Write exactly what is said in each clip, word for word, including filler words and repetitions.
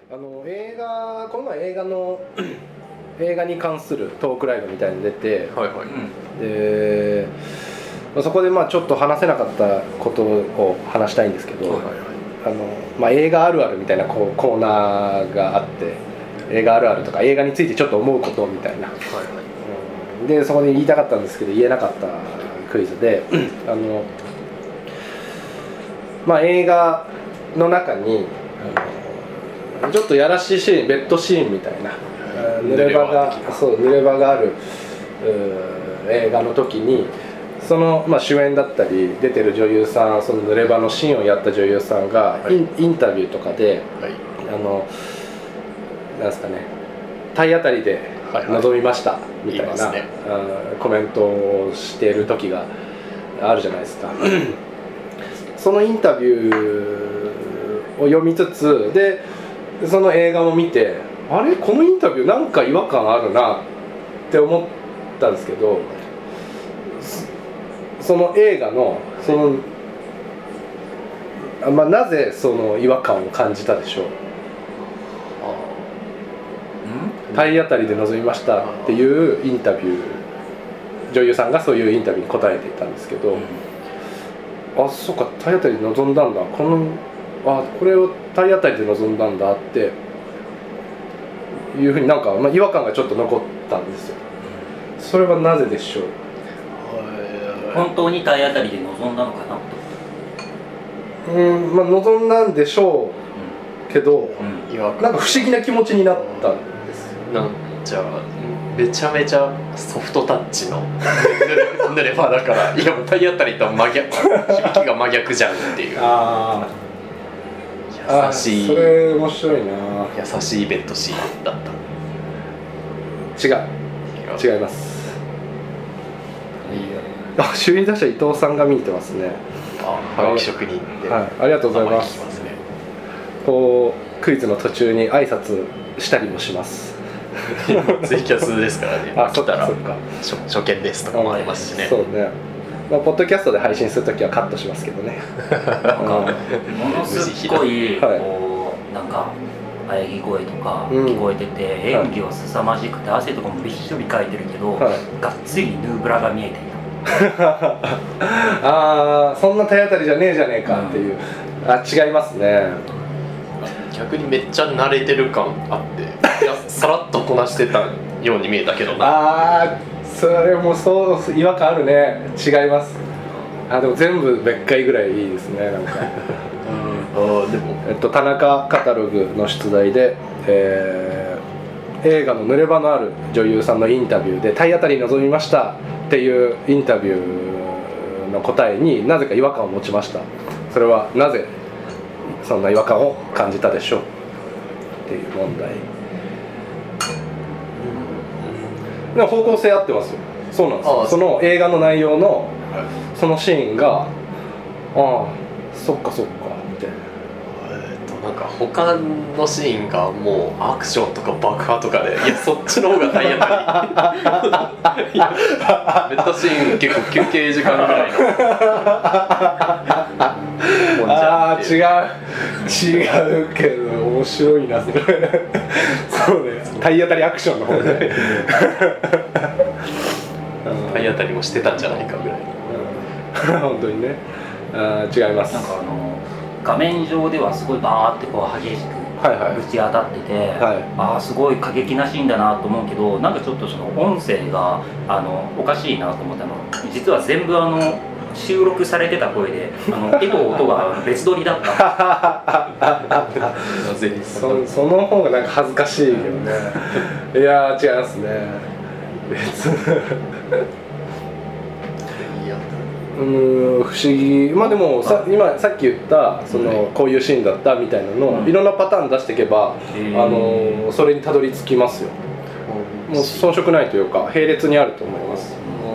あの映画この前映画の映画に関するトークライブみたいに出て、 はいはい、 でそこでまあちょっと話せなかったことを話したいんですけど、はいはいはい、あのまあ、映画あるあるみたいなこうコーナーがあって、映画あるあるとか映画についてちょっと思うことみたいな、はいはい、うん、でそこで言いたかったんですけど言えなかったクイズであの、まあ、映画の中にあのちょっとやらしいシーン、ベッドシーンみたいな濡れ場がそう濡れ場がある映画の時にその、まあ、主演だったり出てる女優さん、その濡れ場のシーンをやった女優さんが、はい、イン、インタビューとかで、はい、あのなんですかね、体当たりで臨みましたみたいな、はいはいね、コメントをしている時があるじゃないですかそのインタビューを読みつつでその映画も見て、あれこのインタビューなんか違和感あるなって思ったんですけど、その映画のその、まあ、なぜその違和感を感じたでしょう。体当たりで臨みましたっていうインタビュー、女優さんがそういうインタビューに答えていたんですけど、あ、そうか、体当たりで臨んだんだ、このあこれを体当たりで臨んだんだっていうふうになんか、まあ、違和感がちょっと残ったんですよ。それはなぜでしょう。 本当に体当たりで臨んだのかなと。 うん、まあ臨んだんでしょうけど、うん、なんか不思議な気持ちになったんですよ。 なんじゃあめちゃめちゃソフトタッチの濡れ場だから、いやもう体当たりとは真逆、響きが真逆じゃんっていう。あ優しい、 それ面白いな。 優しいベッドシーンだった。 違う違います。あ、主演打者伊藤さんが見に来てますね。 あ、はがき職人で、 はい、ありがとうございます。ますね、こうクイズの途中に挨拶したりもしますツイキャスですからね。 あ、そっか来たらそっか、 初, 初見ですとかもありますしね。 そうね、まあ、ポッドキャストで配信するときはカットしますけどねなんかものすごいこうなんか喘ぎ声とか聞こえてて、うん、演技は凄まじくて汗とかもびっしょりかいてるけど、はい、がっつりヌーブラが見えていたあー、そんな体当たりじゃねえじゃねえかっていう、うん、あ、違いますね。 逆にめっちゃ慣れてる感あっていやさらっとこなしてたように見えたけどなあー、それもそう違和感あるね。違います。あ、でも全部別回ぐらいいいですね、なんかうん、あでも、えっと、田中カタログの出題で、えー、映画の濡れ場のある女優さんのインタビューで体当たりに臨みましたっていうインタビューの答えになぜか違和感を持ちました。それはなぜそんな違和感を感じたでしょうっていう問題。でも方向性合ってますよ。そうなんですよ。その映画の内容のそのシーンが、ああ、そっかそっかって、 えー、となんか他のシーンがもうアクションとか爆破とかで、いやそっちの方が体当たりいやベッドシーン結構休憩時間ぐらいのああ、違う違うけど面白いなそれそうね、体当たりアクションの方で体当たりもしてたんじゃないかぐらい、 うん、本当にね。あ、違います。 なんかあの画面上ではすごいバーってこう激しくぶち当たってて、はいはい、ああすごい過激なシーンだなと思うけど、なんかちょっとその音声があのおかしいなと思ったの。実は全部あの収録されてた声で、あの絵と音が別撮りだったそ, その方がなんか恥ずかしいけどねいやー違いますね別うーん、不思議。まあでもさ今さっき言ったその、うん、こういうシーンだったみたいなのを、うん、いろんなパターン出していけば、あのそれにたどり着きますよ。もう遜色ないというか並列にあると思います。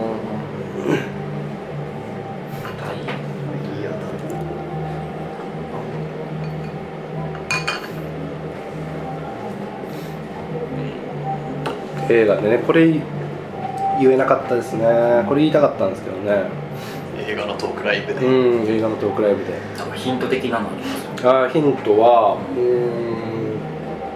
映画でね、これ言えなかったですね。これ言いたかったんですけどね。 映画のトークライブで、 うん、映画のトークライブでヒント的なのに、 あ、ヒントはうーん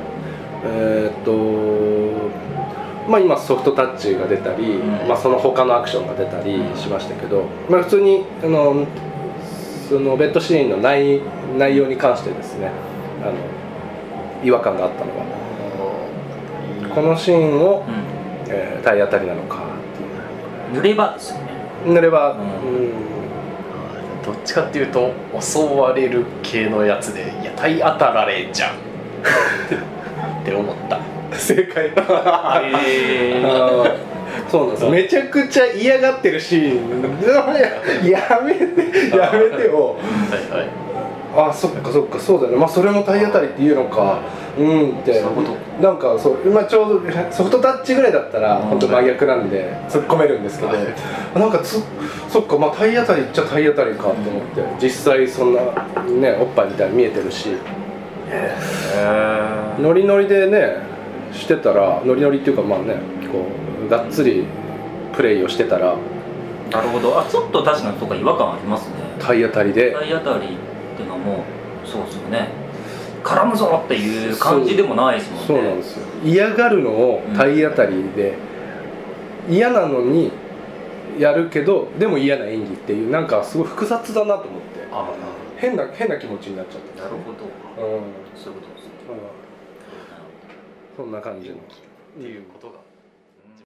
えー、っとまあ今ソフトタッチが出たり、うん、まあ、その他のアクションが出たりしましたけど、まあ、普通にあのそのベッドシーンの 内, 内容に関してですね、あの違和感があったのは、このシーンを、うん、えー、体当たりなのかっていう。 濡れ場ですよね。 濡れ場、うん、 どっちかっていうと襲われる系のやつで、いや体当たられんじゃんって思った。 正解。えー、そうなんです、うん、めちゃくちゃ嫌がってるシーンやめてやめてよ。はいはい、あ、そっかそっか、そうだよね。まあそれも体当たりっていうのか、うんって、なんかそう、今ちょうどソフトタッチぐらいだったら本当真逆なんで突っ込めるんですけど、なんかつそっか、まあ体当たりっちゃ体当たりかと思って、実際そんなねおっぱいみたいに見えてるし、ノリノリでねしてたら、ノリノリっていうかまあね、こうがっつりプレイをしてたら、 なるほど。あ、ちょっと確かにそうか、違和感ありますね。 体当たりで体当たりっていうのもそうですよね。絡むぞっていう感じでもないですもんね。 そうなんですよ。嫌がるのを体当たりで、うん、嫌なのにやるけどでも嫌な演技っていう、なんかすごい複雑だなと思って、あ、変な変な気持ちになっちゃった。 なるほど、うん、そういうことですね、 うん、そんな感じのっていうことが